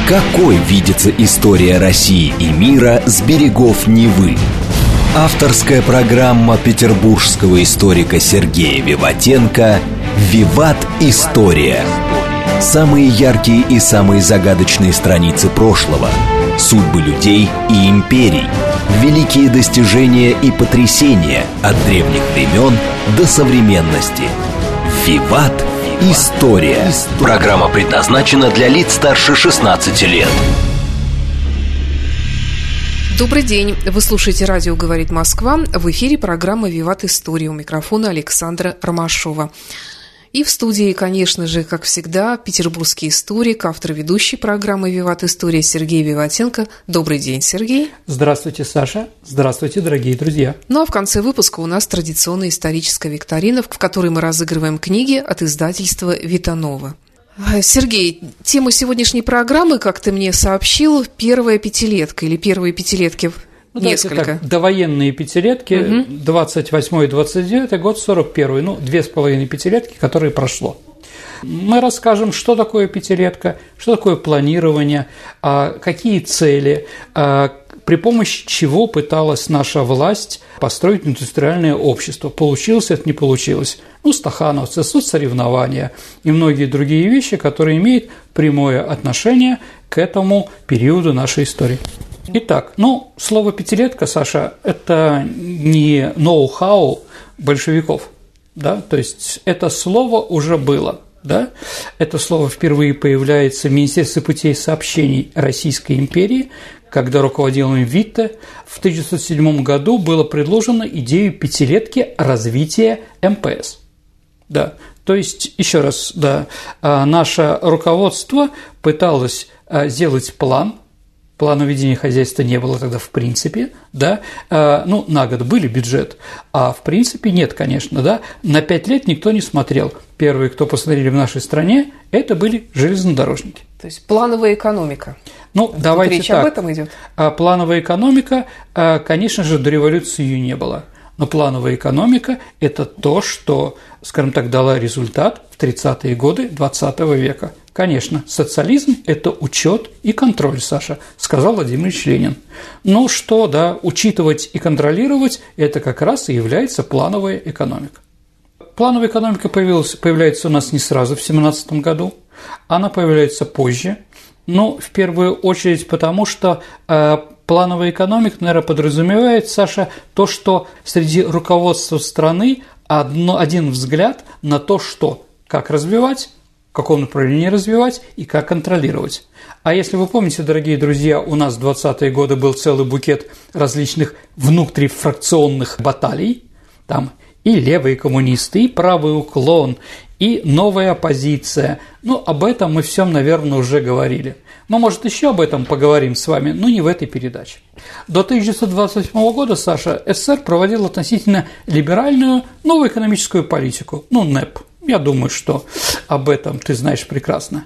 Какой видится история России и мира с берегов Невы? Авторская программа петербургского историка Сергея Виватенко «Виват. История». Самые яркие и самые загадочные страницы прошлого, судьбы людей и империй, великие достижения и потрясения от древних времен до современности. «Виват. История». Программа предназначена для лиц старше 16 лет. Добрый день. Вы слушаете «Радио говорит Москва». В эфире программа «Виват. История». У микрофона Александра Ромашова. И в студии, конечно же, как всегда, петербургский историк, автор ведущей программы «Виват. История» Сергей Виватенко. Добрый день, Сергей. Здравствуйте, Саша. Здравствуйте, дорогие друзья. Ну а в конце выпуска у нас традиционная историческая викторина, в которой мы разыгрываем книги от издательства «Витанова». Сергей, тема сегодняшней программы, как ты мне сообщил, первая пятилетка или первые пятилетки. Несколько. Так, довоенные пятилетки, 28-й, 29-й год, 41-й, 2,5 пятилетки, которые прошло. Мы расскажем, что такое пятилетка, что такое планирование, какие цели, при помощи чего пыталась наша власть построить индустриальное общество. Получилось это, не получилось. Стахановцы, соцсоревнования и многие другие вещи, которые имеют прямое отношение к этому периоду нашей истории. Итак, слово «пятилетка», Саша, это не ноу-хау большевиков, да, то есть это слово уже было, да, это слово впервые появляется в Министерстве путей сообщений Российской империи, когда руководил им Витте. В 1907 году было предложено идею пятилетки развития МПС, да, то есть, еще раз, да, наше руководство пыталось сделать план. Плана ведения хозяйства не было тогда в принципе, да, на год были бюджет, а в принципе нет, конечно, да, на 5 лет никто не смотрел. Первые, кто посмотрели в нашей стране, это были железнодорожники. То есть плановая экономика. Давайте речь так. Об этом идет. Плановая экономика, конечно же, до революции ее не было. Но плановая экономика – это то, что, скажем так, дало результат в 30-е годы XX века. Конечно, социализм – это учет и контроль, Саша, сказал Владимир Ильич Ленин. Учитывать и контролировать – это как раз и является плановая экономика. Плановая экономика появляется у нас не сразу в 1917 году, она появляется позже, в первую очередь потому, что плановая экономика, наверное, подразумевает, Саша, то, что среди руководства страны один взгляд на то, как развивать, в каком направлении развивать и как контролировать. А если вы помните, дорогие друзья, у нас в 20-е годы был целый букет различных внутрифракционных баталий, там и левые коммунисты, и правый уклон, и новая оппозиция. Об этом мы всем, наверное, уже говорили. Мы, может, еще об этом поговорим с вами, но не в этой передаче. До 1928 года, Саша, СССР проводил относительно либеральную новую экономическую политику, НЭП. Я думаю, что об этом ты знаешь прекрасно.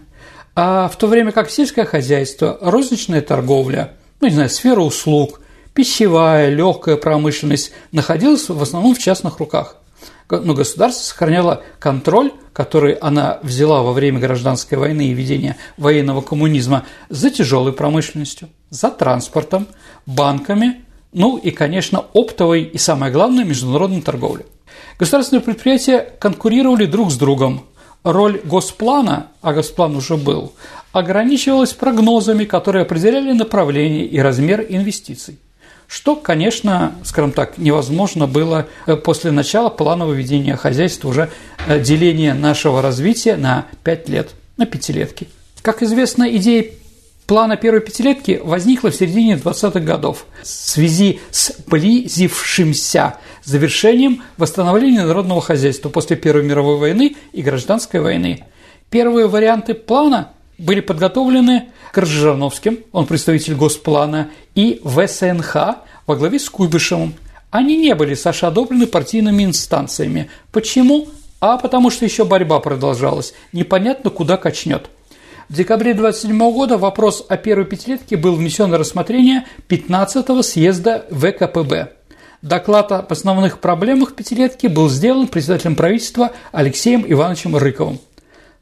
А в то время как сельское хозяйство, розничная торговля, сфера услуг, пищевая, легкая промышленность находилась в основном в частных руках. Но государство сохраняло контроль, который она взяла во время гражданской войны и ведения военного коммунизма за тяжелой промышленностью, за транспортом, банками, и, конечно, оптовой и, самое главное, международной торговлей. Государственные предприятия конкурировали друг с другом. Роль госплана, а госплан уже был, ограничивалась прогнозами, которые определяли направление и размер инвестиций. Что, конечно, скажем так, невозможно было после начала планового ведения хозяйства, уже деления нашего развития на 5 лет, на пятилетки. Как известно, идея плана первой пятилетки возникла в середине 20-х годов в связи с близившимся завершением восстановления народного хозяйства после Первой мировой войны и Гражданской войны. Первые варианты плана были подготовлены Крыжановским, он представитель Госплана, и ВСНХ во главе с Куйбышевым. Они не были, Саша, одобрены партийными инстанциями. Почему? Потому что еще борьба продолжалась, непонятно, куда качнет. В декабре 1927 года вопрос о первой пятилетке был внесен на рассмотрение 15-го съезда ВКПБ. Доклад об основных проблемах пятилетки был сделан председателем правительства Алексеем Ивановичем Рыковым.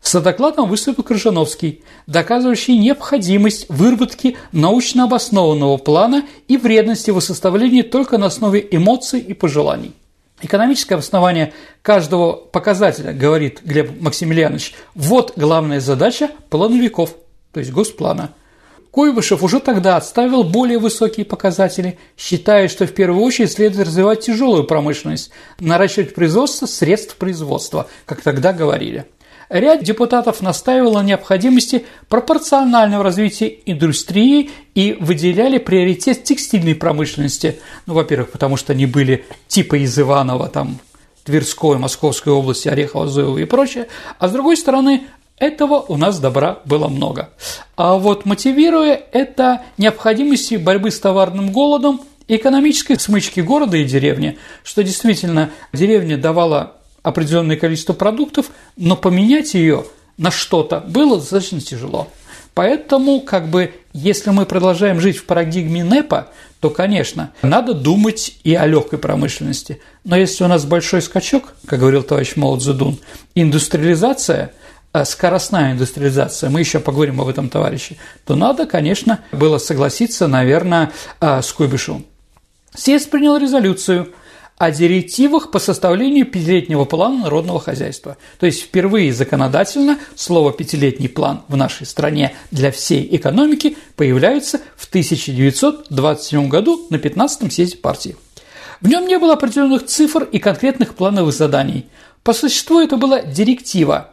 С докладом выступил Крыжановский, доказывающий необходимость выработки научно обоснованного плана и вредность его составления только на основе эмоций и пожеланий. Экономическое обоснование каждого показателя, говорит Глеб Максимилианович, вот главная задача плановиков, то есть госплана. Куйбышев уже тогда отставил более высокие показатели, считая, что в первую очередь следует развивать тяжелую промышленность, наращивать производство средств производства, как тогда говорили. Ряд депутатов настаивал на необходимости пропорционального развития индустрии и выделяли приоритет текстильной промышленности. Ну, во-первых, потому что они были типа из Иваново, там, Тверской, Московской области, Орехово, Зуево и прочее, а с другой стороны, этого у нас добра было много. А вот мотивируя это необходимостью борьбы с товарным голодом, экономической смычки города и деревни, что действительно деревня давала определенное количество продуктов, но поменять ее на что-то было достаточно тяжело. Поэтому, если мы продолжаем жить в парадигме НЭПа, то, конечно, надо думать и о легкой промышленности. Но если у нас большой скачок, как говорил товарищ Мао Цзэдун, индустриализация, скоростная индустриализация, мы еще поговорим об этом, товарищи, то надо, конечно, было согласиться, наверное, с Куйбышевым. Съезд принял резолюцию о директивах по составлению пятилетнего плана народного хозяйства. То есть впервые законодательно слово «пятилетний план» в нашей стране для всей экономики появляется в 1927 году на 15-м съезде партии. В нем не было определенных цифр и конкретных плановых заданий. По существу это была директива,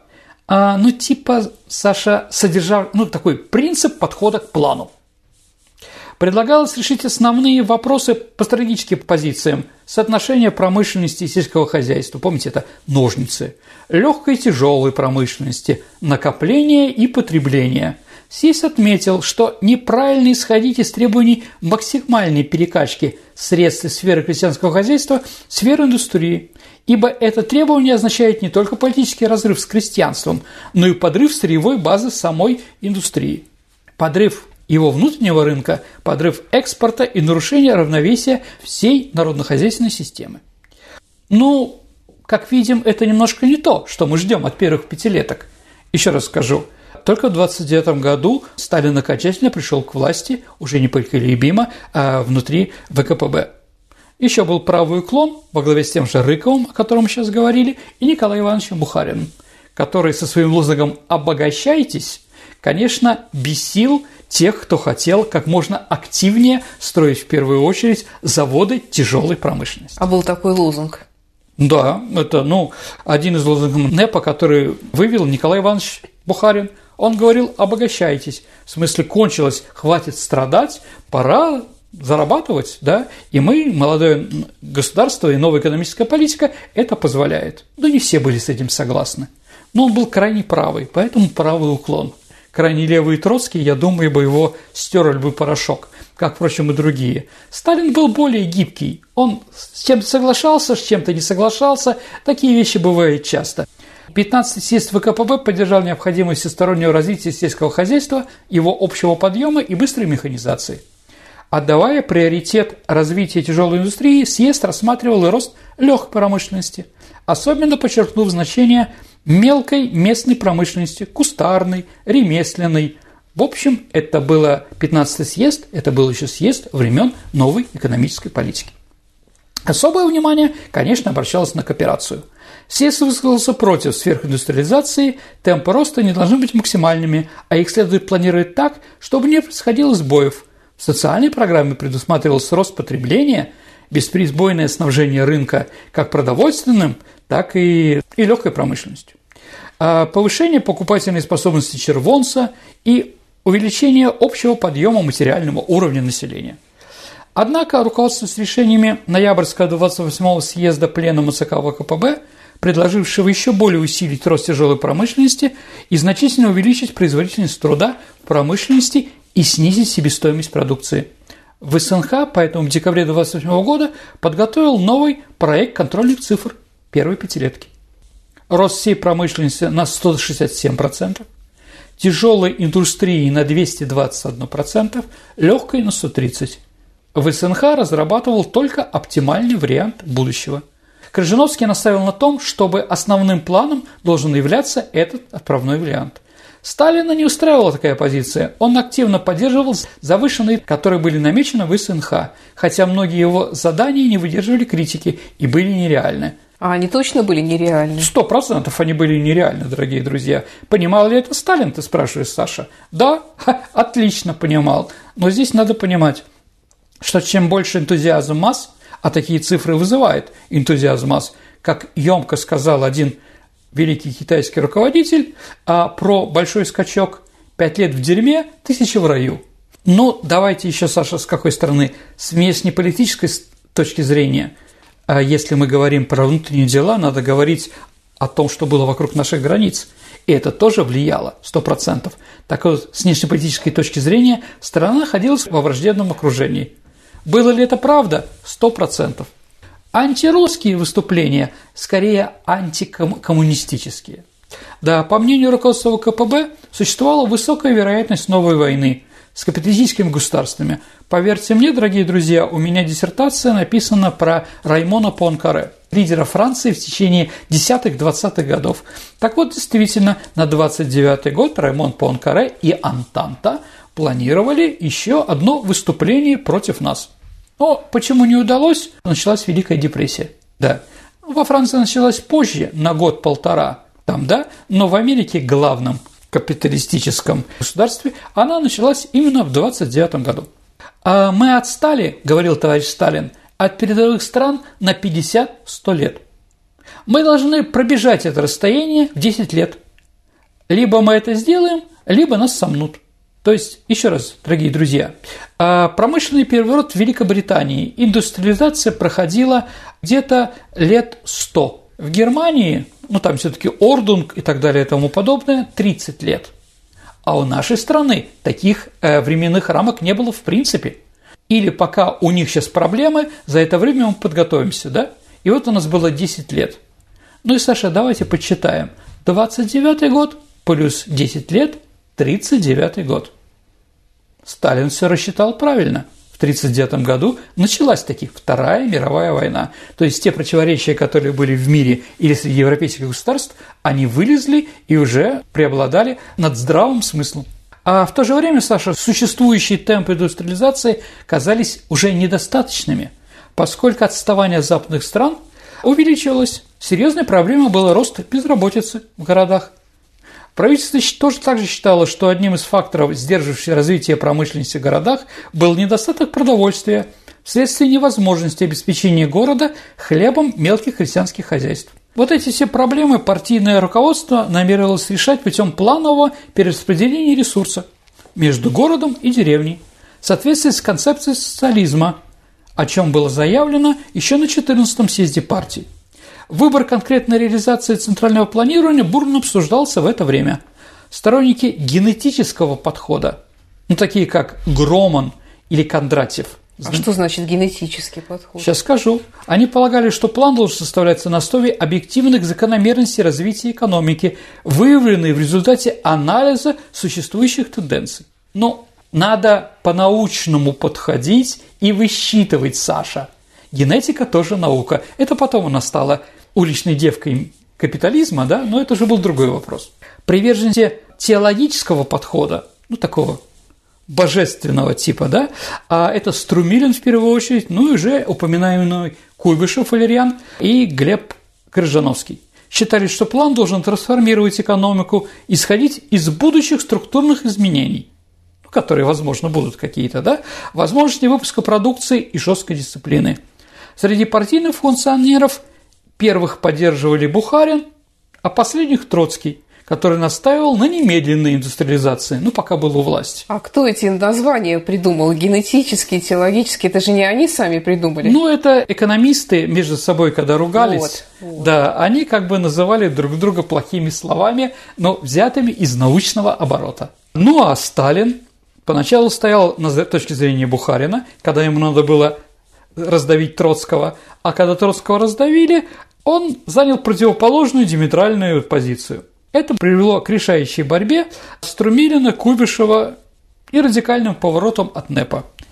Саша, такой принцип подхода к плану. Предлагалось решить основные вопросы по стратегическим позициям: соотношение промышленности и сельского хозяйства, помните, это ножницы, легкой и тяжелой промышленности, накопление и потребление. Съезд отметил, что неправильно исходить из требований максимальной перекачки средств из сферы крестьянского хозяйства в сферу индустрии, ибо это требование означает не только политический разрыв с крестьянством, но и подрыв сырьевой базы самой индустрии, подрыв его внутреннего рынка, подрыв экспорта и нарушение равновесия всей народно-хозяйственной системы. Как видим, это немножко не то, что мы ждем от первых пятилеток. Еще раз скажу, только в 1929 году Сталин окончательно пришел к власти, уже непоколебимо, внутри ВКПБ. Еще был правый уклон во главе с тем же Рыковым, о котором мы сейчас говорили, и Николаем Ивановичем Бухариным, который со своим лозунгом «обогащайтесь», конечно, бесил тех, кто хотел как можно активнее строить в первую очередь заводы тяжелой промышленности. А был такой лозунг? Да, это, один из лозунгов НЭПа, который вывел Николай Иванович Бухарин. Он говорил «обогащайтесь», в смысле кончилось, хватит страдать, пора зарабатывать, да, и мы, молодое государство и новая экономическая политика, это позволяет. Не все были с этим согласны, но он был крайне правый, поэтому правый уклон. Крайне левый Троцкий, я думаю, бы его стерли бы порошок, как, впрочем, и другие. Сталин был более гибкий, он с чем-то соглашался, с чем-то не соглашался, такие вещи бывают часто. 15-й съезд ВКПБ поддержал необходимость всестороннего развития сельского хозяйства, его общего подъема и быстрой механизации. Отдавая приоритет развитию тяжелой индустрии, съезд рассматривал и рост легкой промышленности, особенно подчеркнув значение мелкой местной промышленности, кустарной, ремесленной. В общем, это был 15-й съезд, это был еще съезд времен новой экономической политики. Особое внимание, конечно, обращалось на кооперацию. Съезд высказался против сверхиндустриализации, темпы роста не должны быть максимальными, а их следует планировать так, чтобы не происходило сбоев. В социальной программе предусматривался рост потребления, бесперебойное снабжение рынка как продовольственным, так и легкой промышленностью, повышение покупательной способности червонца и увеличение общего подъема материального уровня населения. Однако, руководствуясь решениями ноябрьского 28-го съезда Пленума ЦК ВКПБ, предложившего еще более усилить рост тяжелой промышленности и значительно увеличить производительность труда в промышленности и снизить себестоимость продукции, в СНХ поэтому в декабре 1928 года подготовил новый проект контрольных цифр первой пятилетки. Рост всей промышленности на 167%, тяжелой индустрии на 221%, легкой на 130%. В СНХ разрабатывал только оптимальный вариант будущего. Крыжановский наставил на том, чтобы основным планом должен являться этот отправной вариант. Сталина не устраивала такая позиция. Он активно поддерживал завышенные, которые были намечены в СНХ, хотя многие его задания не выдерживали критики и были нереальны. А они точно были нереальны? 100% они были нереальны, дорогие друзья. Понимал ли это Сталин, ты спрашиваешь, Саша? Да, отлично понимал. Но здесь надо понимать, что чем больше энтузиазм масс, а такие цифры вызывает энтузиазм масс, как емко сказал один великий китайский руководитель, про большой скачок 5 лет в дерьме, 1000 в раю. Ну, давайте еще, Саша, с какой стороны? С внешнеполитической точки зрения, если мы говорим про внутренние дела, надо говорить о том, что было вокруг наших границ. И это тоже влияло 100%. Так вот, с внешнеполитической точки зрения, страна находилась во враждебном окружении. Было ли это правда? 100%. Антирусские выступления скорее антикоммунистические. Да, по мнению руководства ВКПБ, существовала высокая вероятность новой войны с капиталистическими государствами. Поверьте мне, дорогие друзья, у меня диссертация написана про Раймона Пуанкаре, лидера Франции в течение 10-20-х годов. Так вот, действительно, на 29-й год Раймон Пуанкаре и Антанта планировали еще одно выступление против нас. Но почему не удалось? Началась Великая депрессия. Да. Во Франции началась позже, на год-полтора, там, да, но в Америке, главном капиталистическом государстве, она началась именно в 29 году. А мы отстали, говорил товарищ Сталин, от передовых стран на 50-100 лет. Мы должны пробежать это расстояние в 10 лет. Либо мы это сделаем, либо нас сомнут. То есть, еще раз, дорогие друзья, промышленный переворот в Великобритании, индустриализация проходила где-то лет 100. В Германии, ну там все-таки Ордунг и так далее и тому подобное, 30 лет. А у нашей страны таких временных рамок не было в принципе. Или пока у них сейчас проблемы, за это время мы подготовимся, да? И вот у нас было 10 лет. Ну и, Саша, давайте подсчитаем. 29-й год плюс 10 лет – 39-й год. Сталин все рассчитал правильно. В 1939 году началась таки Вторая мировая война. То есть те противоречия, которые были в мире или среди европейских государств, они вылезли и уже преобладали над здравым смыслом. А в то же время, Саша, существующие темпы индустриализации казались уже недостаточными, поскольку отставание западных стран увеличивалось. Серьезной проблемой был рост безработицы в городах. Правительство тоже также считало, что одним из факторов, сдерживающих развитие промышленности в городах, был недостаток продовольствия вследствие невозможности обеспечения города хлебом мелких крестьянских хозяйств. Вот эти все проблемы партийное руководство намеревалось решать путем планового перераспределения ресурсов между городом и деревней в соответствии с концепцией социализма, о чем было заявлено еще на 14-м съезде партии. Выбор конкретной реализации центрального планирования бурно обсуждался в это время. Сторонники генетического подхода, ну, такие как Громан или Кондратьев. А что значит генетический подход? Сейчас скажу. Они полагали, что план должен составляться на основе объективных закономерностей развития экономики, выявленных в результате анализа существующих тенденций. Но надо по-научному подходить и высчитывать, Саша. Генетика тоже наука. Это потом она стала уличной девкой капитализма, да, но это уже был другой вопрос. Приверженцы теологического подхода, ну, такого божественного типа, да, а это Струмилин в первую очередь, ну и уже упоминаемый Куйбышев Валерьян и Глеб Крыжановский. Считали, что план должен трансформировать экономику, исходить из будущих структурных изменений, которые, возможно, будут какие-то, да, возможности выпуска продукции и жесткой дисциплины. Среди партийных функционеров первых поддерживали Бухарин, а последних – Троцкий, который настаивал на немедленной индустриализации, ну, пока был у власти. А кто эти названия придумал? Генетические, теологические? Это же не они сами придумали? Ну, это экономисты между собой, когда ругались, вот. Да, они как бы называли друг друга плохими словами, но взятыми из научного оборота. Ну, а Сталин поначалу стоял на точке зрения Бухарина, когда ему надо было раздавить Троцкого, а когда Троцкого раздавили, он занял противоположную диаметральную позицию. Это привело к решающей борьбе Струмилина, Куйбышева и радикальным поворотом от НЭПа.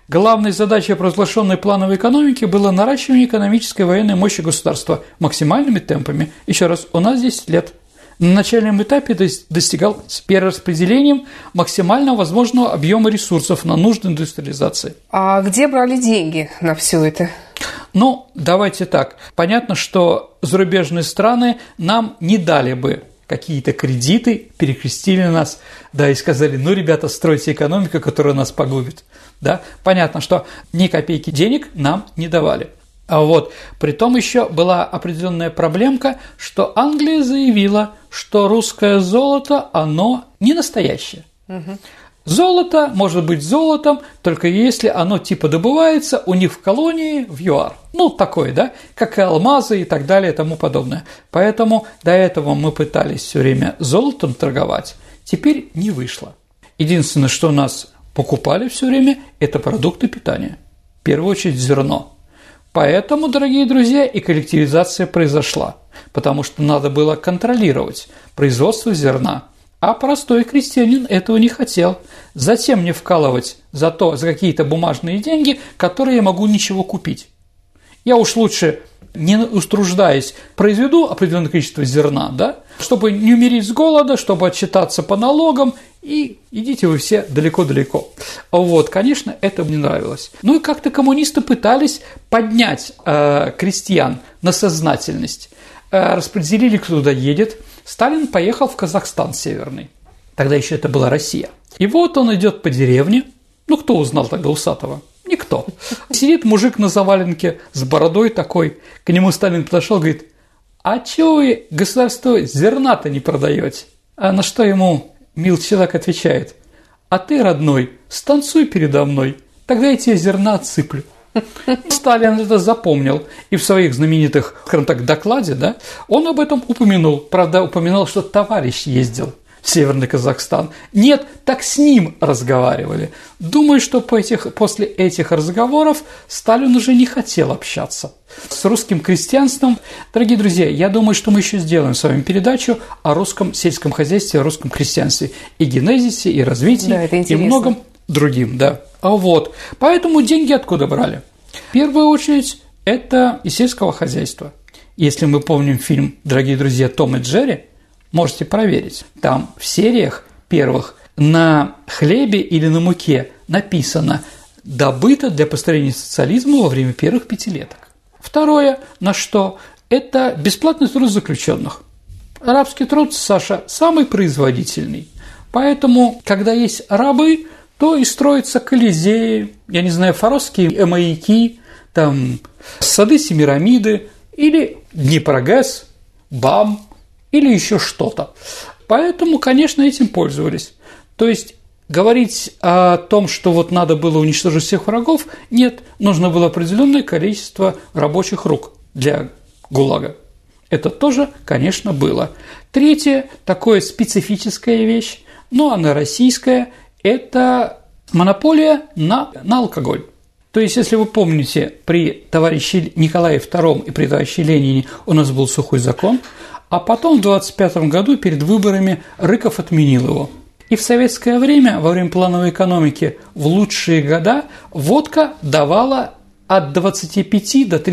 Главной задачей провозглашенной плановой экономики было наращивание экономической и военной мощи государства максимальными темпами. Еще раз, у нас 10 лет. На начальном этапе достигал с перераспределением максимально возможного объема ресурсов на нужды индустриализации. А где брали деньги на все это? Ну, давайте так. Понятно, что зарубежные страны нам не дали бы какие-то кредиты, перекрестили нас, да, и сказали: ну, ребята, стройте экономику, которая нас погубит. Да? Понятно, что ни копейки денег нам не давали. А вот, притом еще была определенная проблемка, что Англия заявила, что русское золото, оно не настоящее. Угу. Золото может быть золотом, только если оно типа добывается у них в колонии в ЮАР. Ну, такое, да, как и алмазы и так далее и тому подобное. Поэтому до этого мы пытались все время золотом торговать, теперь не вышло. Единственное, что нас покупали все время, это продукты питания, в первую очередь зерно. Поэтому, дорогие друзья, и коллективизация произошла, потому что надо было контролировать производство зерна, а простой крестьянин этого не хотел. Затем мне вкалывать за какие-то бумажные деньги, которые я могу ничего купить. Я уж лучше, не утруждаясь, произведу определенное количество зерна, да, чтобы не умереть с голода, чтобы отчитаться по налогам, и идите вы все далеко-далеко. Вот, конечно, это мне нравилось. Ну и как-то коммунисты пытались поднять крестьян на сознательность. Распределили, кто туда едет. Сталин поехал в Казахстан северный. Тогда еще это была Россия. И вот он идет по деревне. Ну, кто узнал тогда Усатого? Никто. Сидит мужик на заваленке с бородой такой. К нему Сталин подошел и говорит: а чего вы, государство, зерна-то не продаете? А на что ему мил человек отвечает: а ты, родной, станцуй передо мной, тогда я тебе зерна отсыплю. Сталин это запомнил, и в своих знаменитых, скажем так, докладе, да, он об этом упомянул. Правда, упоминал, что товарищ ездил в Северный Казахстан. Нет, так с ним разговаривали. Думаю, что после этих разговоров Сталин уже не хотел общаться с русским крестьянством. Дорогие друзья, я думаю, что мы еще сделаем с вами передачу о русском сельском хозяйстве, о русском крестьянстве, и генезисе, и развитии, да, и многом другим, да. А вот, поэтому деньги откуда брали? В первую очередь, это из сельского хозяйства. Если мы помним фильм, дорогие друзья, «Том и Джерри», можете проверить. Там в сериях первых на хлебе или на муке написано «добыто для построения социализма во время первых пятилеток». Второе, на что? Это бесплатный труд заключенных. Рабский труд, Саша, самый производительный. Поэтому, когда есть рабы, то и строятся Колизеи, я не знаю, фаросские маяки, там сады Семирамиды или Днепрогэс, БАМ или еще что-то. Поэтому, конечно, этим пользовались. То есть говорить о том, что вот надо было уничтожить всех врагов, нет, нужно было определенное количество рабочих рук для ГУЛАГа. Это тоже, конечно, было. Третье, такое специфическая вещь, но она российская, это монополия на алкоголь. То есть, если вы помните, при товарище Николае II и при товарище Ленине у нас был сухой закон, а потом в 1925 году перед выборами Рыков отменил его. И в советское время, во время плановой экономики, в лучшие года водка давала от 25 до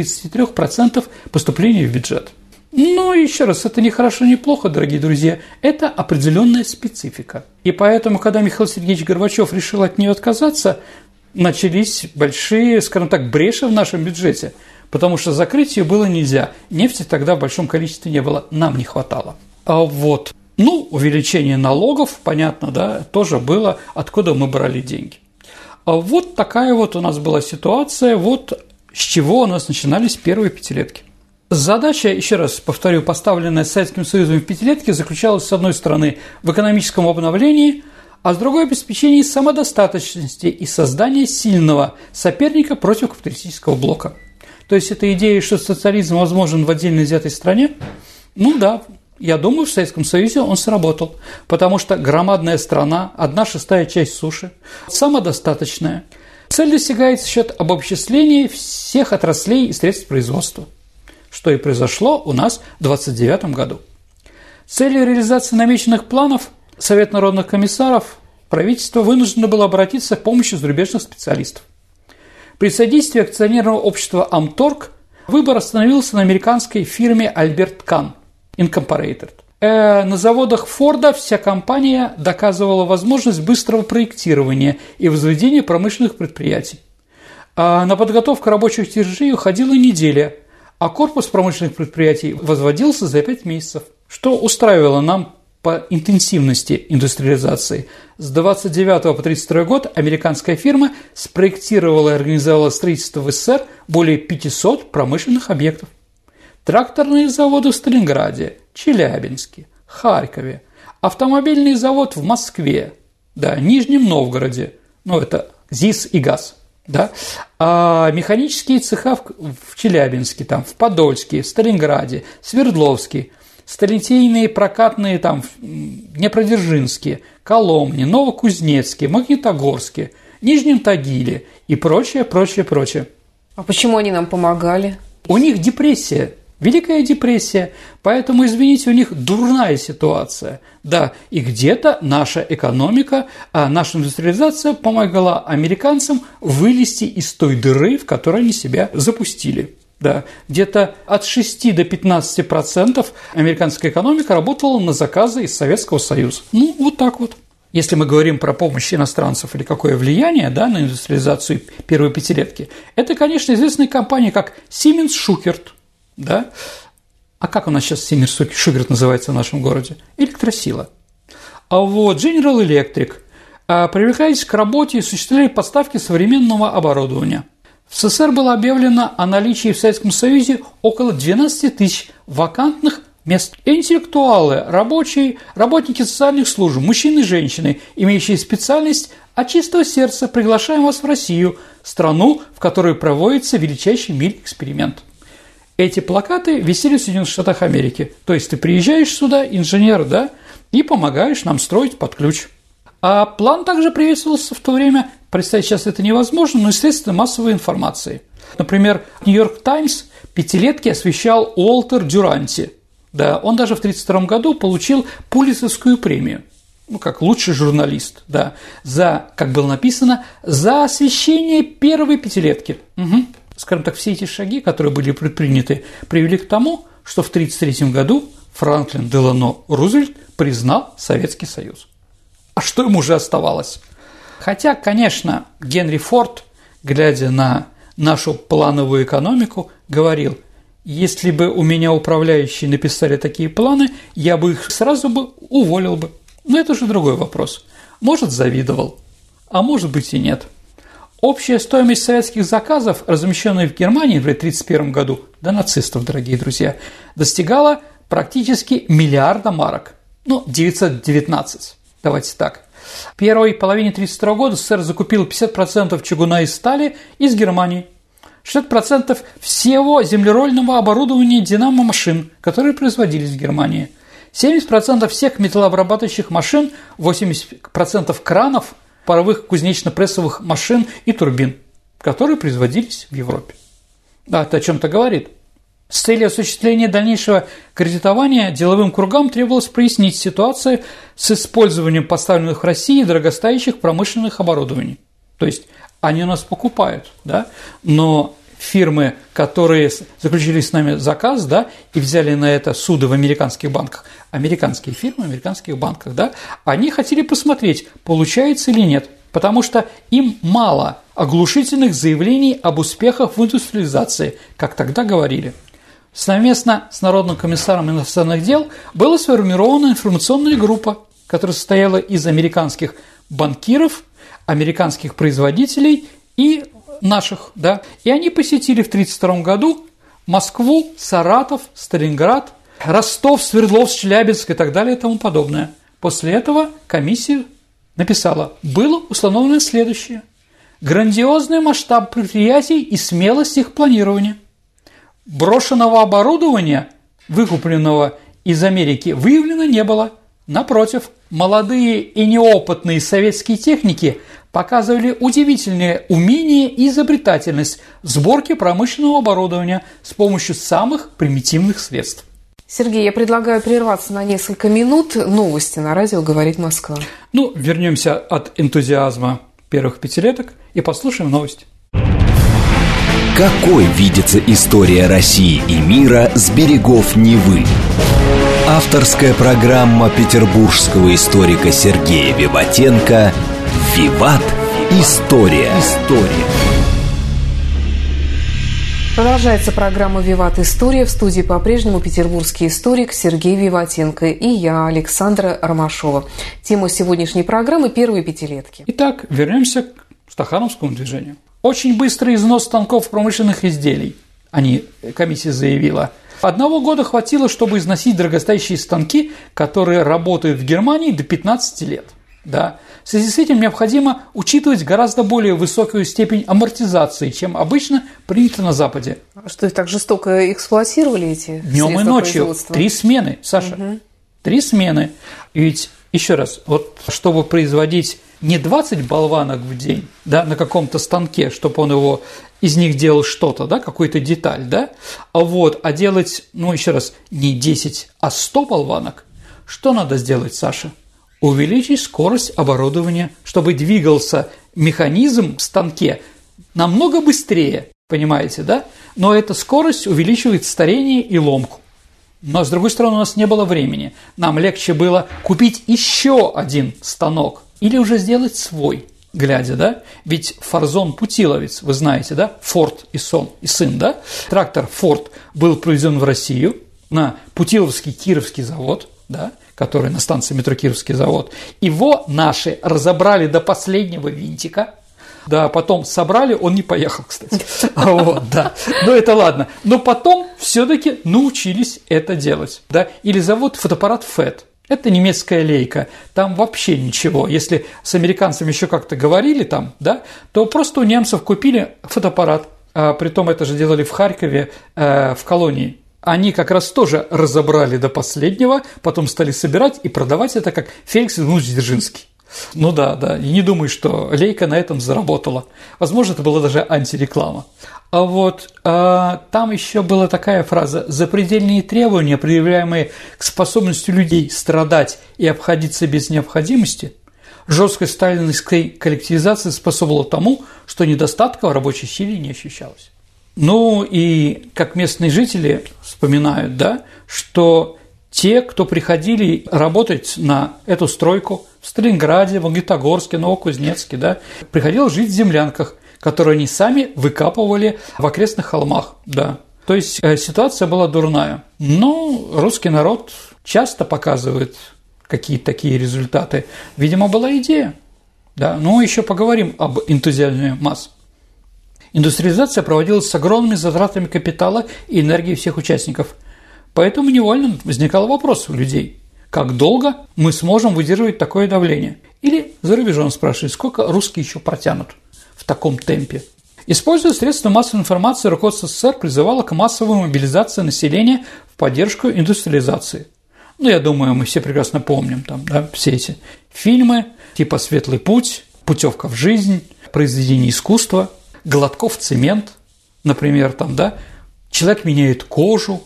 33% поступления в бюджет. Но еще раз, это не хорошо, не плохо, дорогие друзья, это определенная специфика. И поэтому, когда Михаил Сергеевич Горбачев решил от нее отказаться, начались большие, скажем так, бреши в нашем бюджете, потому что закрыть ее было нельзя. Нефти тогда в большом количестве не было, нам не хватало. А вот, увеличение налогов, понятно, да, тоже было, откуда мы брали деньги. А вот такая вот у нас была ситуация, вот с чего у нас начинались первые пятилетки. Задача, еще раз повторю, поставленная Советским Союзом в пятилетке, заключалась, с одной стороны, в экономическом обновлении, а с другой – обеспечении самодостаточности и создании сильного соперника против капиталистического блока. То есть, эта идея, что социализм возможен в отдельно взятой стране, да, я думаю, в Советском Союзе он сработал, потому что громадная страна, 1/6 часть суши, самодостаточная. Цель достигается за счет обобществления всех отраслей и средств производства, что и произошло у нас в 1929 году. С целью реализации намеченных планов Совет народных комиссаров правительство вынуждено было обратиться к помощи зарубежных специалистов. При содействии акционерного общества «Амторг» выбор остановился на американской фирме Albert Kahn Incorporated. На заводах Форда вся компания доказывала возможность быстрого проектирования и возведения промышленных предприятий. На подготовку рабочих чертежей уходила неделя, а корпус промышленных предприятий возводился за 5 месяцев, что устраивало нам по интенсивности индустриализации. С 29 по 32 год американская фирма спроектировала и организовала строительство в СССР более 500 промышленных объектов. Тракторные заводы в Сталинграде, Челябинске, Харькове, автомобильный завод в Москве, Нижнем Новгороде, это ЗИС и ГАЗ, а механические цеха в Челябинске, в Подольске, в Сталинграде, Свердловске, сталелитейные прокатные в Днепродзержинске, Коломне, Новокузнецке, Магнитогорске, Нижнем Тагиле и прочее. А почему они нам помогали? У них депрессия, Великая депрессия, поэтому, извините, у них дурная ситуация. И где-то наша экономика, наша индустриализация помогала американцам вылезти из той дыры, в которой они себя запустили. Где-то от 6 до 15% американская экономика работала на заказы из Советского Союза. Вот так вот. Если мы говорим про помощь иностранцев или какое влияние на индустриализацию первой пятилетки, это, конечно, известные компании, как Siemens Schuckert. А как у нас сейчас Siemens Schuckert называется в нашем городе? Электросила. General Electric привлекались к работе и осуществляли поставки современного оборудования. В СССР было объявлено о наличии в Советском Союзе около 12 тысяч вакантных мест. Интеллектуалы, рабочие, работники социальных служб, мужчины и женщины, имеющие специальность, от чистого сердца приглашаем вас в Россию, страну, в которой проводится величайший в мире эксперимент. Эти плакаты висели в Соединенных Штатах Америки. То есть ты приезжаешь сюда, инженер, и помогаешь нам строить под ключ. А план также приветствовался в то время, представить сейчас это невозможно, но средства массовой информации. Например, «Нью-Йорк Таймс» пятилетки освещал Уолтер Дюранти. Он даже в 1932 году получил Пулитцеровскую премию, как лучший журналист, за, как было написано, за освещение первой пятилетки. Скажем так, все эти шаги, которые были предприняты, привели к тому, что в 1933 году Франклин Делано Рузвельт признал Советский Союз. А что ему уже оставалось? Хотя, конечно, Генри Форд, глядя на нашу плановую экономику, говорил: если бы у меня управляющие написали такие планы, я бы их сразу бы уволил бы. Но это уже другой вопрос. Может, завидовал, а может быть и нет. Общая стоимость советских заказов, размещенных в Германии в 1931 году, нацистов, дорогие друзья, достигала практически миллиарда марок. 919, давайте так. В первой половине 1932 года СССР закупил 50% чугуна и стали из Германии, 60% всего землерольного оборудования динамо-машин, которые производились в Германии, 70% всех металлообрабатывающих машин, 80% кранов, паровых кузнечно-прессовых машин и турбин, которые производились в Европе. Это о чем-то говорит. С целью осуществления дальнейшего кредитования деловым кругам требовалось прояснить ситуацию с использованием поставленных в России дорогостоящих промышленных оборудований. То есть они у нас покупают, но фирмы, которые заключили с нами заказ, и взяли на это суды в американских банках, американские фирмы в американских банках, они хотели посмотреть, получается или нет, потому что им мало оглушительных заявлений об успехах в индустриализации, как тогда говорили. Совместно с Народным комиссаром иностранных дел была сформирована информационная группа, которая состояла из американских банкиров, американских производителей и наших, и они посетили в 1932 году Москву, Саратов, Сталинград, Ростов, Свердловск, Челябинск и так далее и тому подобное. После этого комиссия написала: было установлено следующее: грандиозный масштаб предприятий и смелость их планирования. Брошенного оборудования, выкупленного из Америки, выявлено не было. Напротив, молодые и неопытные советские техники показывали удивительное умение и изобретательность в сборке промышленного оборудования с помощью самых примитивных средств. Сергей, я предлагаю прерваться на несколько минут. Новости на радио «Говорит Москва». Вернемся от энтузиазма первых пятилеток и послушаем новости. Какой видится история России и мира с берегов Невы? Авторская программа петербургского историка Сергея Виватенко «Виват. История». Продолжается программа «Виват. История». В студии по-прежнему петербургский историк Сергей Виватенко и я, Александра Ромашова. Тема сегодняшней программы – первые пятилетки. Итак, вернемся к стахановскому движению. Очень быстрый износ станков промышленных изделий, комиссия заявила. 1 года хватило, чтобы износить дорогостоящие станки, которые работают в Германии до 15 лет. Да. В связи с этим необходимо учитывать гораздо более высокую степень амортизации, чем обычно принято на Западе. А что, их так жестоко эксплуатировали эти днем и ночью. 3 смены, Саша. 3 смены. И ведь, еще раз, вот чтобы производить не 20 болванок в день, да, на каком-то станке, чтобы он из них делал что-то, да, какую-то деталь, да, а делать, еще раз, не 10, а 100 болванок, что надо сделать, Саша? Увеличить скорость оборудования, чтобы двигался механизм в станке намного быстрее, понимаете, да? Но эта скорость увеличивает старение и ломку. Но, с другой стороны, у нас не было времени. Нам легче было купить еще один станок или уже сделать свой, глядя, да? Ведь Форзон Путиловец, вы знаете, да? Форд и сын, да? Трактор Форд был произведен в Россию на Путиловский Кировский завод, да? Который на станции метро Кировский завод. Его наши разобрали до последнего винтика. Да, потом собрали, он не поехал, кстати. Да. Но это ладно. Но потом все-таки научились это делать. Да? Или завод фотоаппарат ФЭТ. Это немецкая лейка. Там вообще ничего. Если с американцами еще как-то говорили там, да, то просто у немцев купили фотоаппарат. Притом это же делали в Харькове, в колонии. Они как раз тоже разобрали до последнего, потом стали собирать и продавать это как Феликс Иванович Дзержинский. Ну да, и не думаю, что лейка на этом заработала. Возможно, это была даже антиреклама. Там еще была такая фраза: запредельные требования, предъявляемые к способности людей страдать и обходиться без необходимости, жесткой сталинской коллективизации способствовала тому, что недостатка в рабочей силе не ощущалось. И как местные жители вспоминают, да, что те, кто приходили работать на эту стройку в Сталинграде, в Магнитогорске, Новокузнецке, да, приходилось жить в землянках, которые они сами выкапывали в окрестных холмах, да. То есть ситуация была дурная. Но русский народ часто показывает какие-то такие результаты. Видимо, была идея. Да. Еще поговорим об энтузиазме масс. Индустриализация проводилась с огромными затратами капитала и энергии всех участников. Поэтому невольно возникал вопрос у людей: как долго мы сможем выдерживать такое давление? Или за рубежом спрашивают, сколько русские еще протянут в таком темпе? Используя средства массовой информации, руководство СССР призывало к массовой мобилизации населения в поддержку индустриализации. Я думаю, мы все прекрасно помним все эти фильмы типа «Светлый путь», «Путевка в жизнь», «Произведение искусства», Гладков цемент, например, человек меняет кожу,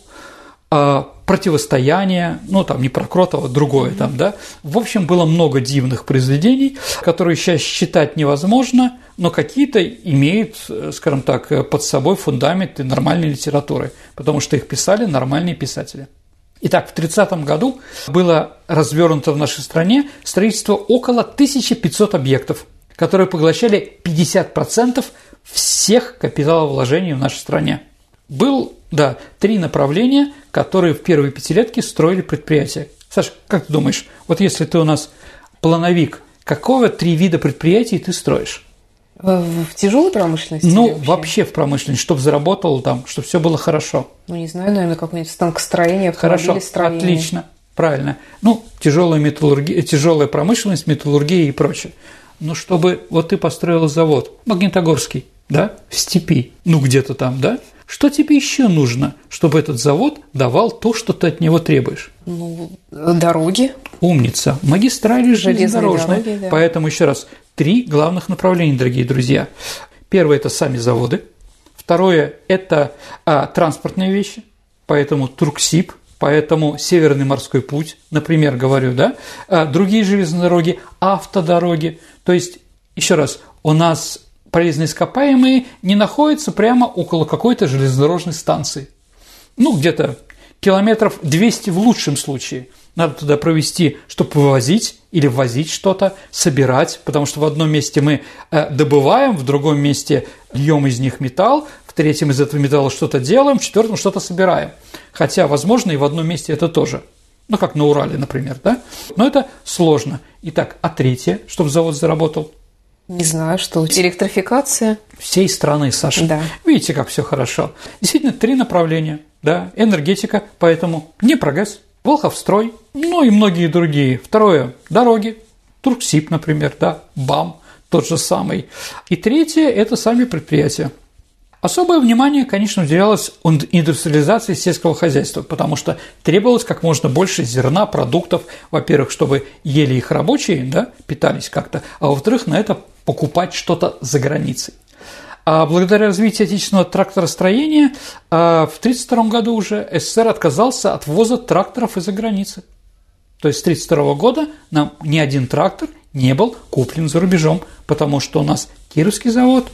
противостояние, не про Кротова, другое В общем, было много дивных произведений, которые сейчас читать невозможно, но какие-то имеют, скажем так, под собой фундаменты нормальной литературы, потому что их писали нормальные писатели. Итак, в 1930 году было развернуто в нашей стране строительство около 1500 объектов, которые поглощали 50% всех капиталовложений в нашей стране. Было 3 направления, которые в первые пятилетки строили предприятия. Саша, как ты думаешь, если ты у нас плановик, какого 3 вида предприятий ты строишь? В тяжелой промышленности? Вообще в промышленности, чтобы заработало чтобы все было хорошо. Не знаю, наверное, какое-нибудь станкостроение, автомобилестроение. Хорошо, отлично, правильно. Тяжелая металлургия, тяжелая промышленность, металлургия и прочее. Чтобы ты построила завод Магнитогорский, в степи, где-то там, что тебе еще нужно, чтобы этот завод давал то, что ты от него требуешь? Дороги. Умница. Магистрали железнодорожные. Дороги, да. Поэтому еще раз, 3 главных направления, дорогие друзья. Первое – это сами заводы. Второе – это транспортные вещи, поэтому Турксиб, поэтому Северный морской путь, например, говорю, другие железные дороги, автодороги. То есть, еще раз, у нас полезные ископаемые не находятся прямо около какой-то железнодорожной станции. Ну, где-то километров 200 в лучшем случае. Надо туда провести, чтобы вывозить или ввозить что-то, собирать, потому что в одном месте мы добываем, в другом месте льем из них металл, в третьем из этого металла что-то делаем, в четвертом что-то собираем. Хотя, возможно, и в одном месте это тоже. Ну, как на Урале, например, да? Но это сложно. Итак, а третье, чтобы завод заработал? Не знаю, что. Электрификация. Всей страны, Саша. Да. Видите, как все хорошо. Действительно, 3 направления. Да, энергетика, поэтому Днепрогэс, Волховстрой, ну и многие другие. Второе – дороги, Турксиб, например, да, БАМ, тот же самый. И третье – это сами предприятия. Особое внимание, конечно, уделялось индустриализации сельского хозяйства, потому что требовалось как можно больше зерна, продуктов, во-первых, чтобы ели их рабочие, да, питались как-то, а во-вторых, на это покупать что-то за границей. А благодаря развитию отечественного тракторостроения в 1932 году уже СССР отказался от ввоза тракторов из-за границы. То есть с 1932 года нам ни один трактор не был куплен за рубежом, потому что у нас Кировский завод,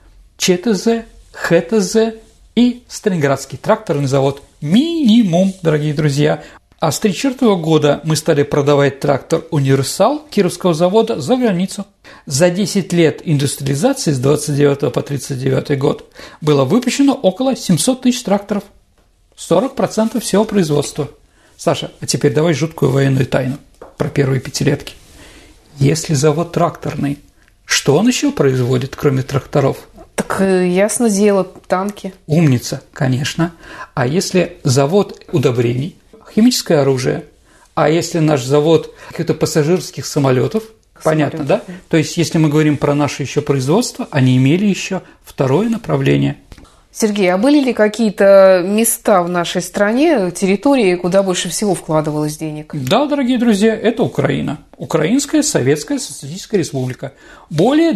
ЧТЗ, ХТЗ и Сталинградский тракторный завод. Минимум, дорогие друзья. А с 1934 года мы стали продавать трактор «Универсал» Кировского завода за границу. За 10 лет индустриализации с 29 по 1939 год было выпущено около 700 тысяч тракторов. 40% всего производства. Саша, а теперь давай жуткую военную тайну про первые пятилетки. Если завод тракторный, что он еще производит, кроме тракторов? Так ясно дело, танки. Умница, конечно. А если завод удобрений, химическое оружие, а если наш завод каких-то пассажирских самолетов, понятно, да? То есть, если мы говорим про наше еще производство, они имели еще второе направление. Сергей, а были ли какие-то места в нашей стране, территории, куда больше всего вкладывалось денег? Да, дорогие друзья, это Украина. Украинская Советская Социалистическая Республика. Более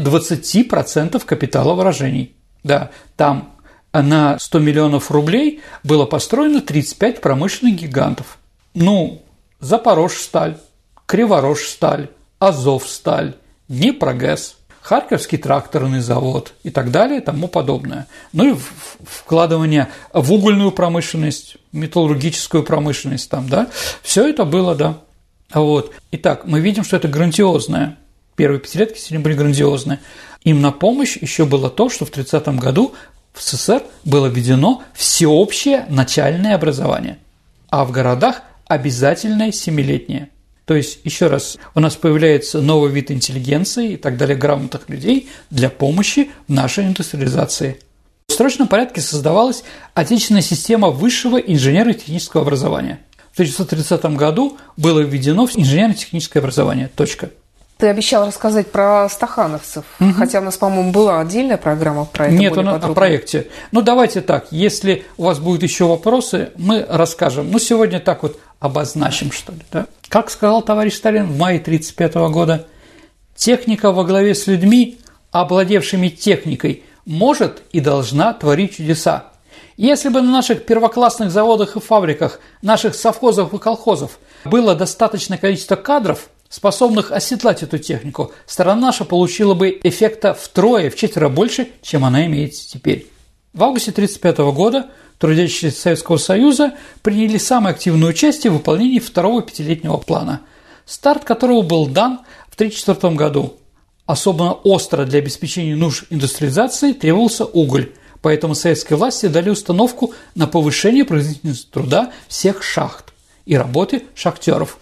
20% капиталовложений. Да, там на 100 миллионов рублей было построено 35 промышленных гигантов. Ну, Запорожсталь, Криворожсталь, Азовсталь, Днепрогэс, Харьковский тракторный завод и так далее и тому подобное. Ну и вкладывание в угольную промышленность, металлургическую промышленность там, да, все это было, да. Вот. Итак, мы видим, что это грандиозное. Первые пятилетки действительно были грандиозные. Им на помощь еще было то, что в 1930 году в СССР было введено всеобщее начальное образование, а в городах обязательное 7-летнее. То есть, еще раз, у нас появляется новый вид интеллигенции и так далее, грамотных людей для помощи в нашей индустриализации. В срочном порядке создавалась отечественная система высшего инженерно-технического образования. В 1930 году было введено инженерно-техническое образование. Точка. Ты обещал рассказать про стахановцев, хотя у нас, по-моему, была отдельная программа про это. Нет, о проекте. Ну, давайте так, если у вас будут еще вопросы, мы расскажем. Ну, сегодня так вот обозначим, что ли, да? Как сказал товарищ Сталин в мае 1935 года, техника во главе с людьми, обладевшими техникой, может и должна творить чудеса. Если бы на наших первоклассных заводах и фабриках, наших совхозов и колхозов было достаточное количество кадров, способных оседлать эту технику, страна наша получила бы эффекта втрое, вчетверо больше, чем она имеет теперь. В августе 1935 года трудящиеся Советского Союза приняли самое активное участие в выполнении второго пятилетнего плана, старт которого был дан в 1934 году. Особенно остро для обеспечения нужд индустриализации требовался уголь, поэтому советские власти дали установку на повышение производительности труда всех шахт и работы шахтеров.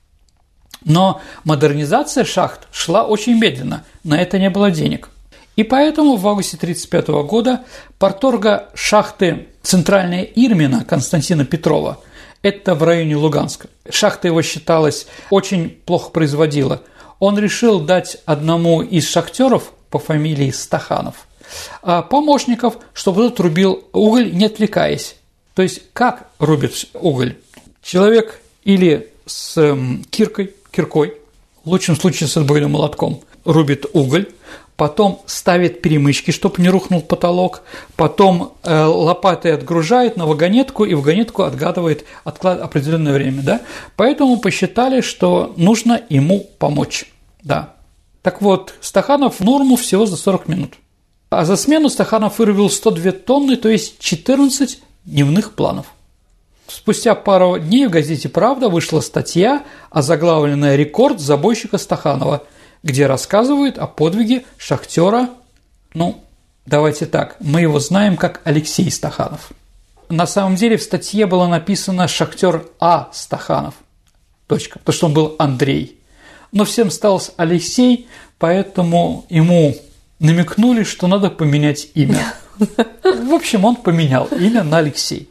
Но модернизация шахт шла очень медленно, на это не было денег. И поэтому в августе 1935 года парторга шахты «Центральная Ирмина» Константина Петрова, это в районе Луганска, шахта его считалась очень плохо производила, он решил дать одному из шахтеров по фамилии Стаханов помощников, чтобы тот рубил уголь, не отвлекаясь. То есть, как рубит уголь? Человек или с киркой, в лучшем случае с отбойным молотком, рубит уголь, потом ставит перемычки, чтобы не рухнул потолок, потом лопатой отгружает на вагонетку и вагонетку откладывает определенное время. Да? Поэтому посчитали, что нужно ему помочь. Да. Так вот, Стаханов в норму всего за 40 минут. А за смену Стаханов вырубил 102 тонны, то есть 14 дневных планов. Спустя пару дней в газете «Правда» вышла статья, озаглавленная «Рекорд забойщика Стаханова», где рассказывают о подвиге шахтера, давайте так, мы его знаем как Алексей Стаханов. На самом деле в статье было написано «Шахтер А. Стаханов», точка, потому что он был Андрей. Но всем стал Алексей, поэтому ему намекнули, что надо поменять имя. В общем, он поменял имя на Алексей.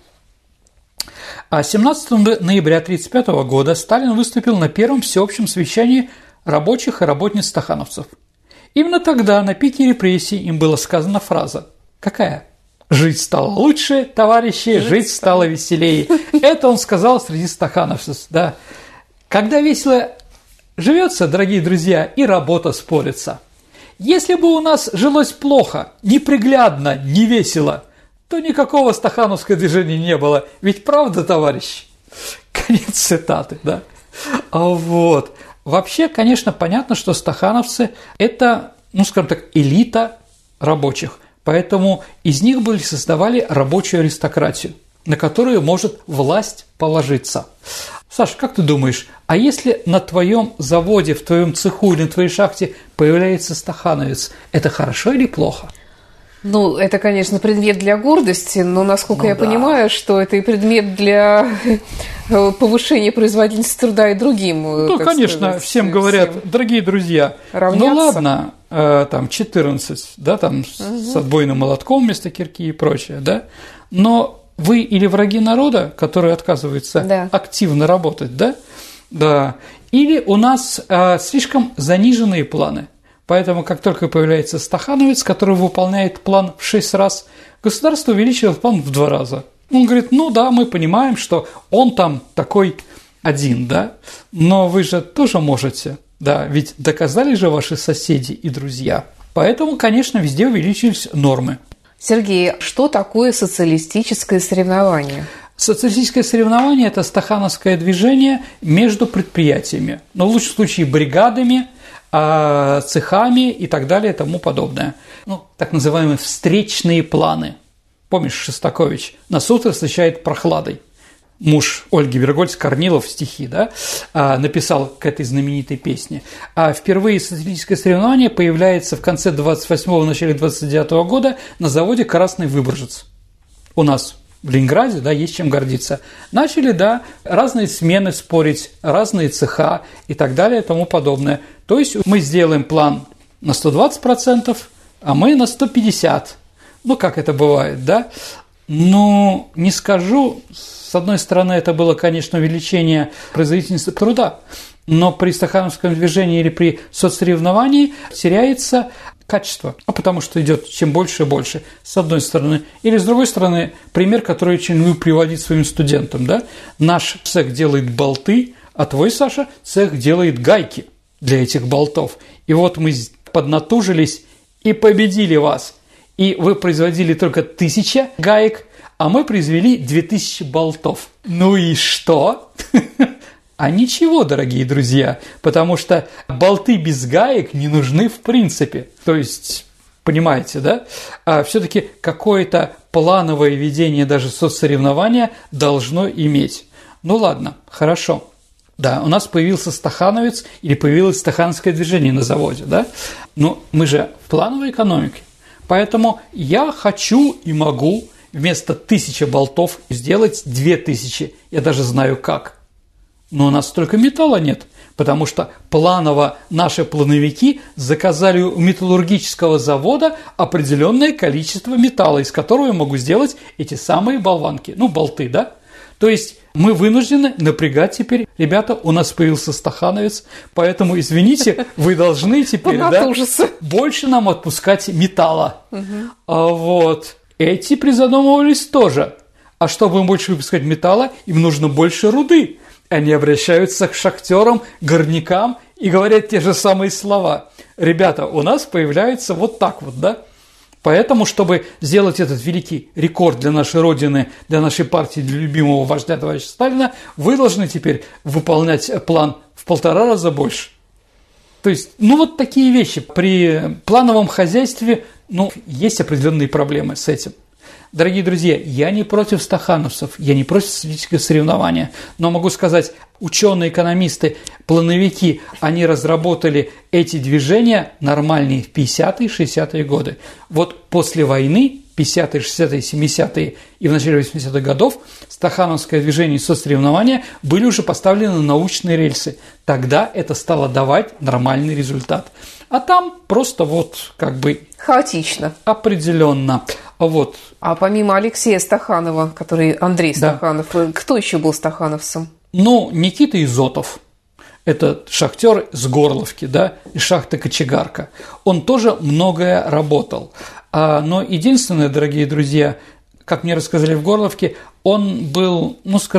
А 17 ноября 1935 года Сталин выступил на первом всеобщем совещании рабочих и работниц стахановцев. Именно тогда, на пике репрессий, им была сказана фраза. Какая? «Жить стало лучше, товарищи, жить стало веселее». Это он сказал среди стахановцев, да. Когда весело живется, дорогие друзья, и работа спорится. Если бы у нас жилось плохо, неприглядно, не весело, то никакого стахановского движения не было. Ведь правда, товарищи? Конец цитаты, да. Вот. Вообще, конечно, понятно, что стахановцы – это, скажем так, элита рабочих. Поэтому из них создавали рабочую аристократию, на которую может власть положиться. Саша, как ты думаешь, а если на твоем заводе, в твоем цеху или на твоей шахте появляется стахановец, это хорошо или плохо? Это, конечно, предмет для гордости, но, насколько я понимаю, что это и предмет для повышения производительности труда и другим. Конечно, всем говорят, дорогие друзья, ладно, 14, да, там с отбойным молотком вместо кирки и прочее, да, но вы или враги народа, которые отказываются активно работать, да, или у нас слишком заниженные планы. Поэтому, как только появляется стахановец, который выполняет план в 6 раз, государство увеличивает план в 2 раза. Он говорит, мы понимаем, что он там такой один, да, но вы же тоже можете, да, ведь доказали же ваши соседи и друзья. Поэтому, конечно, везде увеличились нормы. Сергей, что такое социалистическое соревнование? Социалистическое соревнование – это стахановское движение между предприятиями, но в лучшем случае бригадами, цехами и так далее и тому подобное. Так называемые встречные планы. Помнишь, Шостакович «Нас утро встречает прохладой». Муж Ольги Бергольц, Корнилов, стихи, да, написал к этой знаменитой песне. А впервые социалистическое соревнование появляется в конце 28-го, начале 29-го года на заводе «Красный Выборжец». У нас в Ленинграде, да, есть чем гордиться. Начали, да, разные смены спорить, разные цеха и так далее и тому подобное. То есть мы сделаем план на 120%, а мы на 150%. Как это бывает, да? Но не скажу, с одной стороны, это было, конечно, увеличение производительности труда, но при стахановском движении или при соцсоревновании теряется качество, потому что идет чем больше и больше, с одной стороны. Или с другой стороны, пример, который очень люблю приводить своим студентам, да? Наш цех делает болты, а твой, Саша, цех делает гайки для этих болтов. И вот мы поднатужились и победили вас. И вы производили только 1000 гаек, а мы произвели 2000 болтов. Ну и что? А ничего, дорогие друзья, потому что болты без гаек не нужны в принципе. То есть, понимаете, да? А все-таки какое-то плановое ведение даже соцсоревнования должно иметь. Ладно, хорошо. Да, у нас появился стахановец или появилось стахановское движение на заводе, да? Но мы же в плановой экономике. Поэтому я хочу и могу вместо 1000 болтов сделать 2000. Я даже знаю как. Но у нас столько металла нет, потому что планово наши плановики заказали у металлургического завода определенное количество металла, из которого я могу сделать эти самые болванки, болты, да? То есть мы вынуждены напрягать теперь. Ребята, у нас появился стахановец, поэтому, извините, вы должны теперь больше нам отпускать металла. Вот. Эти призадумывались тоже. А чтобы им больше выпускать металла, им нужно больше руды. Они обращаются к шахтерам, горнякам и говорят те же самые слова. Ребята, у нас появляется вот так вот, да? Поэтому, чтобы сделать этот великий рекорд для нашей Родины, для нашей партии, для любимого вождя товарища Сталина, вы должны теперь выполнять план в 1,5 раза больше. То есть, вот такие вещи. При плановом хозяйстве есть определенные проблемы с этим. Дорогие друзья, я не против стахановцев, я не против статистического соревнования, но могу сказать, ученые, экономисты, плановики, они разработали эти движения нормальные в 50-е, 60-е годы. Вот после войны, 50-е, 60-е, 70-е и в начале 80-х годов стахановское движение и сосоревнования были уже поставлены на научные рельсы. Тогда это стало давать нормальный результат. А там просто хаотично. Определенно. А помимо Алексея Стаханова, который Андрей Стаханов, кто еще был стахановцем? Никита Изотов. Это шахтер с Горловки, из шахты Кочегарка. Он тоже многое работал. Но единственное, дорогие друзья, как мне рассказали в Горловке, он был,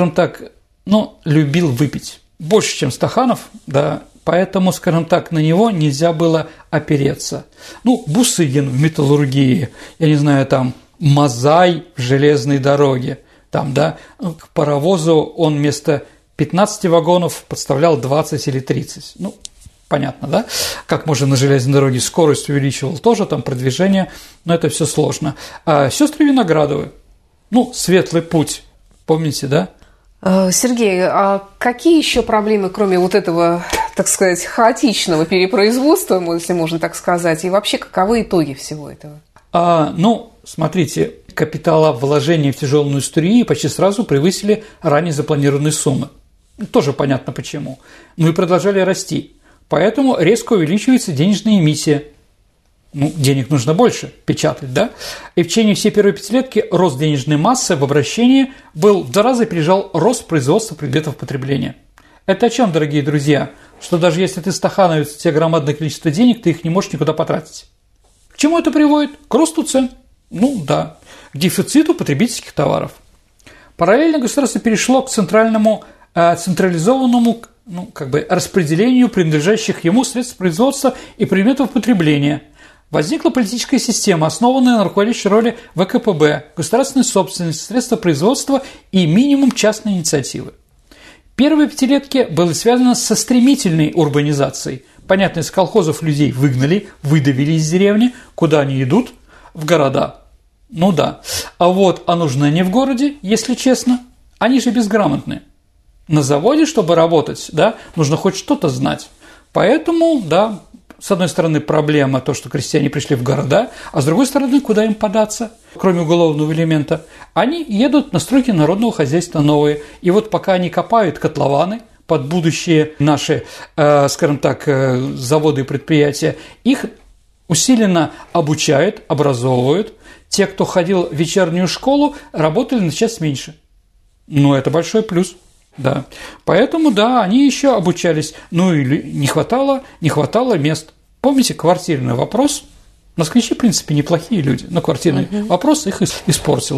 любил выпить. Больше, чем Стаханов, поэтому, на него нельзя было опереться. Бусыгин в металлургии, я не знаю, Мазай в железной дороге, к паровозу он вместо 15 вагонов подставлял 20 или 30. Понятно, да? Как можно на железной дороге скорость увеличивал тоже, продвижение, но это все сложно. А сестры Виноградовы, светлый путь, помните, да? Сергей, а какие еще проблемы, кроме этого, так сказать, хаотичного перепроизводства, если можно так сказать, и вообще каковы итоги всего этого? Смотрите, капиталовложения в тяжелую индустрию почти сразу превысили ранее запланированные суммы. Тоже понятно почему. И продолжали расти. Поэтому резко увеличивается денежная эмиссия. Денег нужно больше печатать, И в течение всей первой пятилетки рост денежной массы в обращении был в 2 раза опережал рост производства предметов потребления. Это о чем, дорогие друзья? Что даже если ты стахановец, у тебя громадное количество денег, ты их не можешь никуда потратить. К чему это приводит? К росту цен. К дефициту потребительских товаров. Параллельно государство перешло к централизованному распределению принадлежащих ему средств производства и предметов потребления. Возникла политическая система, основанная на руководящей роли ВКПБ, государственной собственности, средства производства и минимум частной инициативы. Первые пятилетки были связаны со стремительной урбанизацией. Понятно, из колхозов людей выгнали, выдавили из деревни. Куда они идут? В города. А нужны они в городе, если честно. Они же безграмотные. На заводе, чтобы работать, нужно хоть что-то знать. Поэтому, с одной стороны, проблема то, что крестьяне пришли в города, а с другой стороны, куда им податься, кроме уголовного элемента? Они едут на стройки народного хозяйства новые. И пока они копают котлованы под будущие наши, заводы и предприятия, их усиленно обучают, образовывают. Те, кто ходил в вечернюю школу, работали на час меньше. Это большой плюс. Поэтому, они еще обучались. И не хватало мест. Помните квартирный вопрос? Москвичи, в принципе, неплохие люди, но квартирный вопрос их испортил,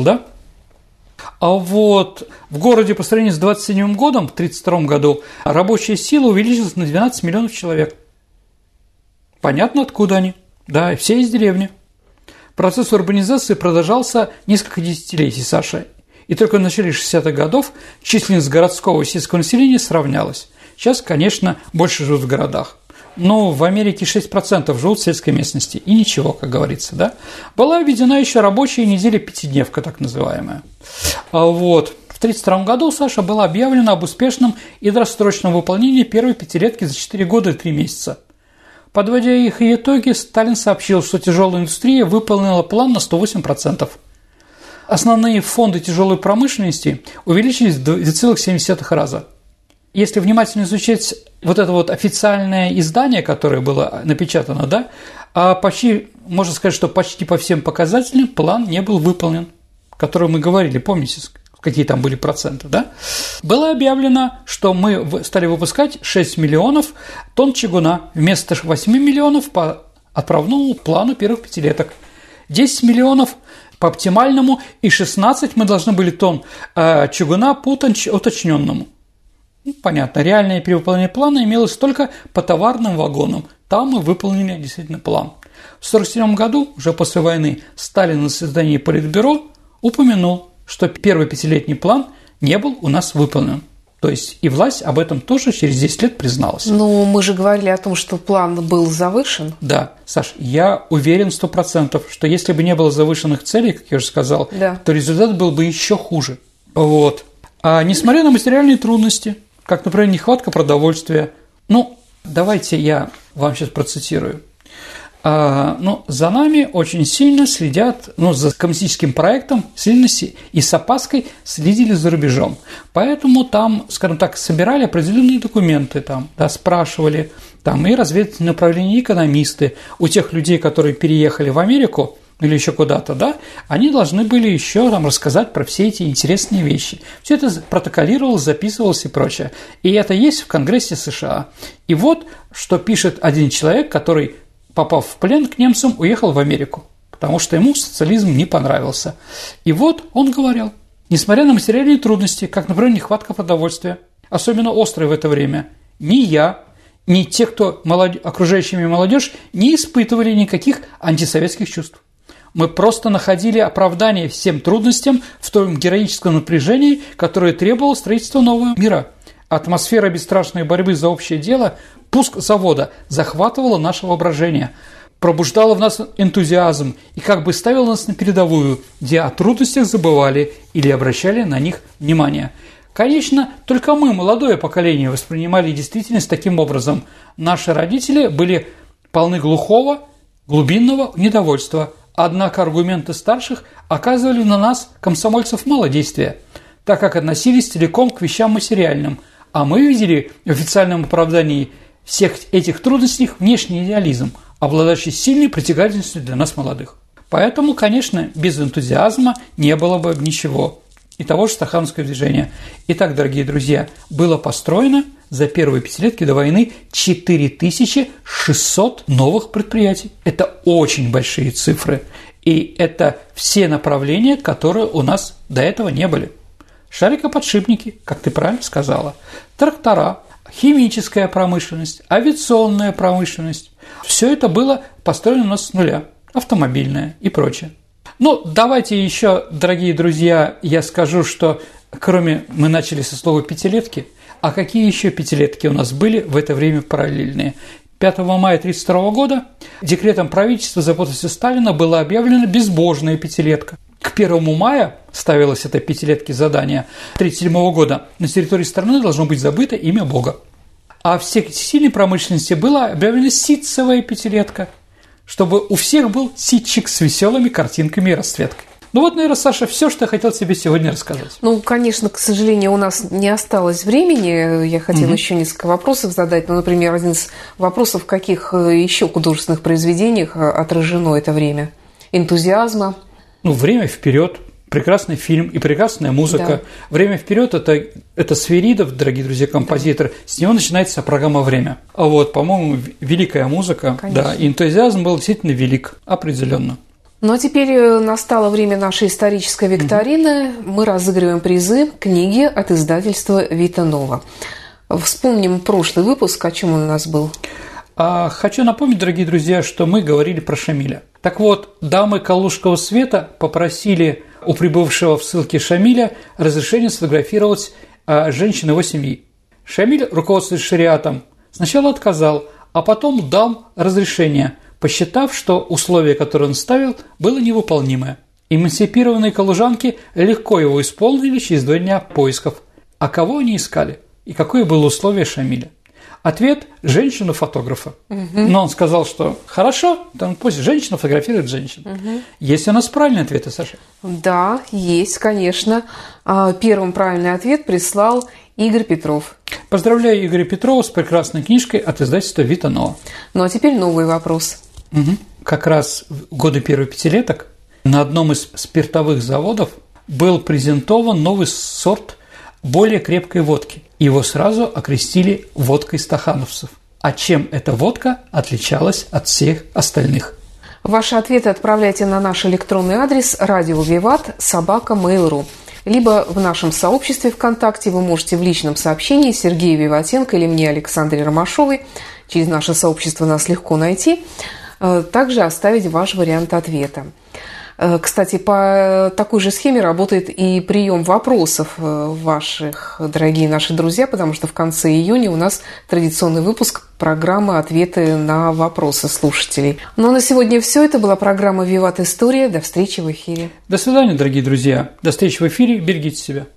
А в городе по сравнению с 27 годом, в 1932 году, рабочая сила увеличилась на 12 миллионов человек. Понятно, откуда они. Все из деревни. Процесс урбанизации продолжался несколько десятилетий, Саша. И только в начале 60-х годов численность городского и сельского населения сравнялась. Сейчас, конечно, больше живут в городах. Но в Америке 6% живут в сельской местности. И ничего, как говорится, Была введена еще рабочая неделя пятидневка, так называемая. В 1932 году, Саша, было объявлено об успешном и досрочном выполнении первой пятилетки за 4 года и 3 месяца. Подводя их итоги, Сталин сообщил, что тяжелая индустрия выполнила план на 108%. Основные фонды тяжелой промышленности увеличились в 2,7 раза. Если внимательно изучать это официальное издание, которое было напечатано, можно сказать, что почти по всем показателям план не был выполнен, о котором мы говорили, помните, какие там были проценты, Было объявлено, что мы стали выпускать 6 миллионов тонн чугуна вместо 8 миллионов по отправному плану первых пятилеток, 10 миллионов по оптимальному и 16 мы должны были тонн чугуна по уточненному. Понятно, реальное перевыполнение плана имелось только по товарным вагонам. Там мы выполнили действительно план. В 1947 году, уже после войны, Сталин на заседании Политбюро упомянул, что первый пятилетний план не был у нас выполнен. То есть и власть об этом тоже через 10 лет призналась. Но мы же говорили о том, что план был завышен. Да, Саш, я уверен 100%, что если бы не было завышенных целей, как я уже сказал, то результат был бы еще хуже. Вот. А несмотря на материальные трудности, как, например, нехватка продовольствия, давайте я вам сейчас процитирую. За нами очень сильно следят, за коммунистическим проектом и с опаской следили за рубежом. Поэтому там, скажем так, собирали определенные документы, спрашивали, и разведывательные направления, экономисты. У тех людей, которые переехали в Америку или еще куда-то, они должны были еще рассказать про все эти интересные вещи. Все это протоколировалось, записывалось и прочее. И это есть в Конгрессе США. И вот, что пишет один человек, который, попав в плен к немцам, уехал в Америку, потому что ему социализм не понравился. И вот он говорил, несмотря на материальные трудности, как, например, нехватка продовольствия, особенно острой в это время, ни я, ни те, кто окружающими молодежь, не испытывали никаких антисоветских чувств. Мы просто находили оправдание всем трудностям в том героическом напряжении, которое требовало строительства нового мира. Атмосфера бесстрашной борьбы за общее дело, пуск завода захватывала наше воображение, пробуждала в нас энтузиазм и как бы ставила нас на передовую, где о трудностях забывали или обращали на них внимание. Конечно, только мы, молодое поколение, воспринимали действительность таким образом. Наши родители были полны глухого, глубинного недовольства, однако аргументы старших оказывали на нас, комсомольцев, мало действия, так как относились целиком к вещам материальным, а мы видели в официальном оправдании всех этих трудностей внешний идеализм, обладающий сильной притягательностью для нас, молодых. Поэтому, конечно, без энтузиазма не было бы ничего. И того же стахановского движения. Итак, дорогие друзья, было построено за первые пятилетки до войны 4600 новых предприятий. Это очень большие цифры. И это все направления, которые у нас до этого не были. Шарикоподшипники, как ты правильно сказала, трактора, химическая промышленность, авиационная промышленность. Все это было построено у нас с нуля, автомобильная и прочее. Давайте еще, дорогие друзья, я скажу, что мы начали со слова «пятилетки», а какие еще пятилетки у нас были в это время параллельные? 5 мая 1932 года декретом правительства за подписью Сталина была объявлена безбожная пятилетка. К 1 мая ставилось это пятилетки задание 1937 года. На территории страны должно быть забыто имя Бога. А в текстильной промышленности была объявлена ситцевая пятилетка, чтобы у всех был ситчик с веселыми картинками и расцветкой. Наверное, Саша, все, что я хотел тебе сегодня рассказать. Конечно, к сожалению, у нас не осталось времени. Я хотела еще несколько вопросов задать. Например, один из вопросов, в каких еще художественных произведениях отражено это время энтузиазма? «Время вперед», прекрасный фильм и прекрасная музыка. Да. «Время вперед» это Свиридов, дорогие друзья, композитор. С него начинается программа «Время». По-моему, великая музыка. Конечно. Да, и энтузиазм был действительно велик, определенно. А теперь настало время нашей исторической викторины. Мы разыгрываем призы книги от издательства «Вита Нова». Вспомним прошлый выпуск, о чем он у нас был. Хочу напомнить, дорогие друзья, что мы говорили про Шамиля. Так вот, дамы Калужского света попросили у прибывшего в ссылке Шамиля разрешение сфотографировать женщин его семьи. Шамиль, руководствуясь шариатом, сначала отказал, а потом дал разрешение, посчитав, что условие, которое он ставил, было невыполнимое. Эмансипированные калужанки легко его исполнили через 2 дня поисков. А кого они искали? И какое было условие Шамиля? Ответ – женщину-фотографа. Но он сказал, что хорошо, пусть женщина фотографирует женщин. Есть у нас правильный ответ, Саша? Да, есть, конечно. Первым правильный ответ прислал Игорь Петров. Поздравляю Игоря Петрова с прекрасной книжкой от издательства «Вита Нова». А теперь новый вопрос. Как раз в годы первых пятилеток на одном из спиртовых заводов был презентован новый сорт более крепкой водки. Его сразу окрестили водкой стахановцев. А чем эта водка отличалась от всех остальных? Ваши ответы отправляйте на наш электронный адрес radiovivat@mail.ru. Либо в нашем сообществе ВКонтакте вы можете в личном сообщении Сергею Виватенко или мне, Александре Ромашовой, через наше сообщество нас легко найти, также оставить ваш вариант ответа. Кстати, по такой же схеме работает и прием вопросов ваших, дорогие наши друзья, потому что в конце июня у нас традиционный выпуск программы «Ответы на вопросы слушателей». Ну а на сегодня все. Это была программа «Виват История». До встречи в эфире. До свидания, дорогие друзья. До встречи в эфире. Берегите себя.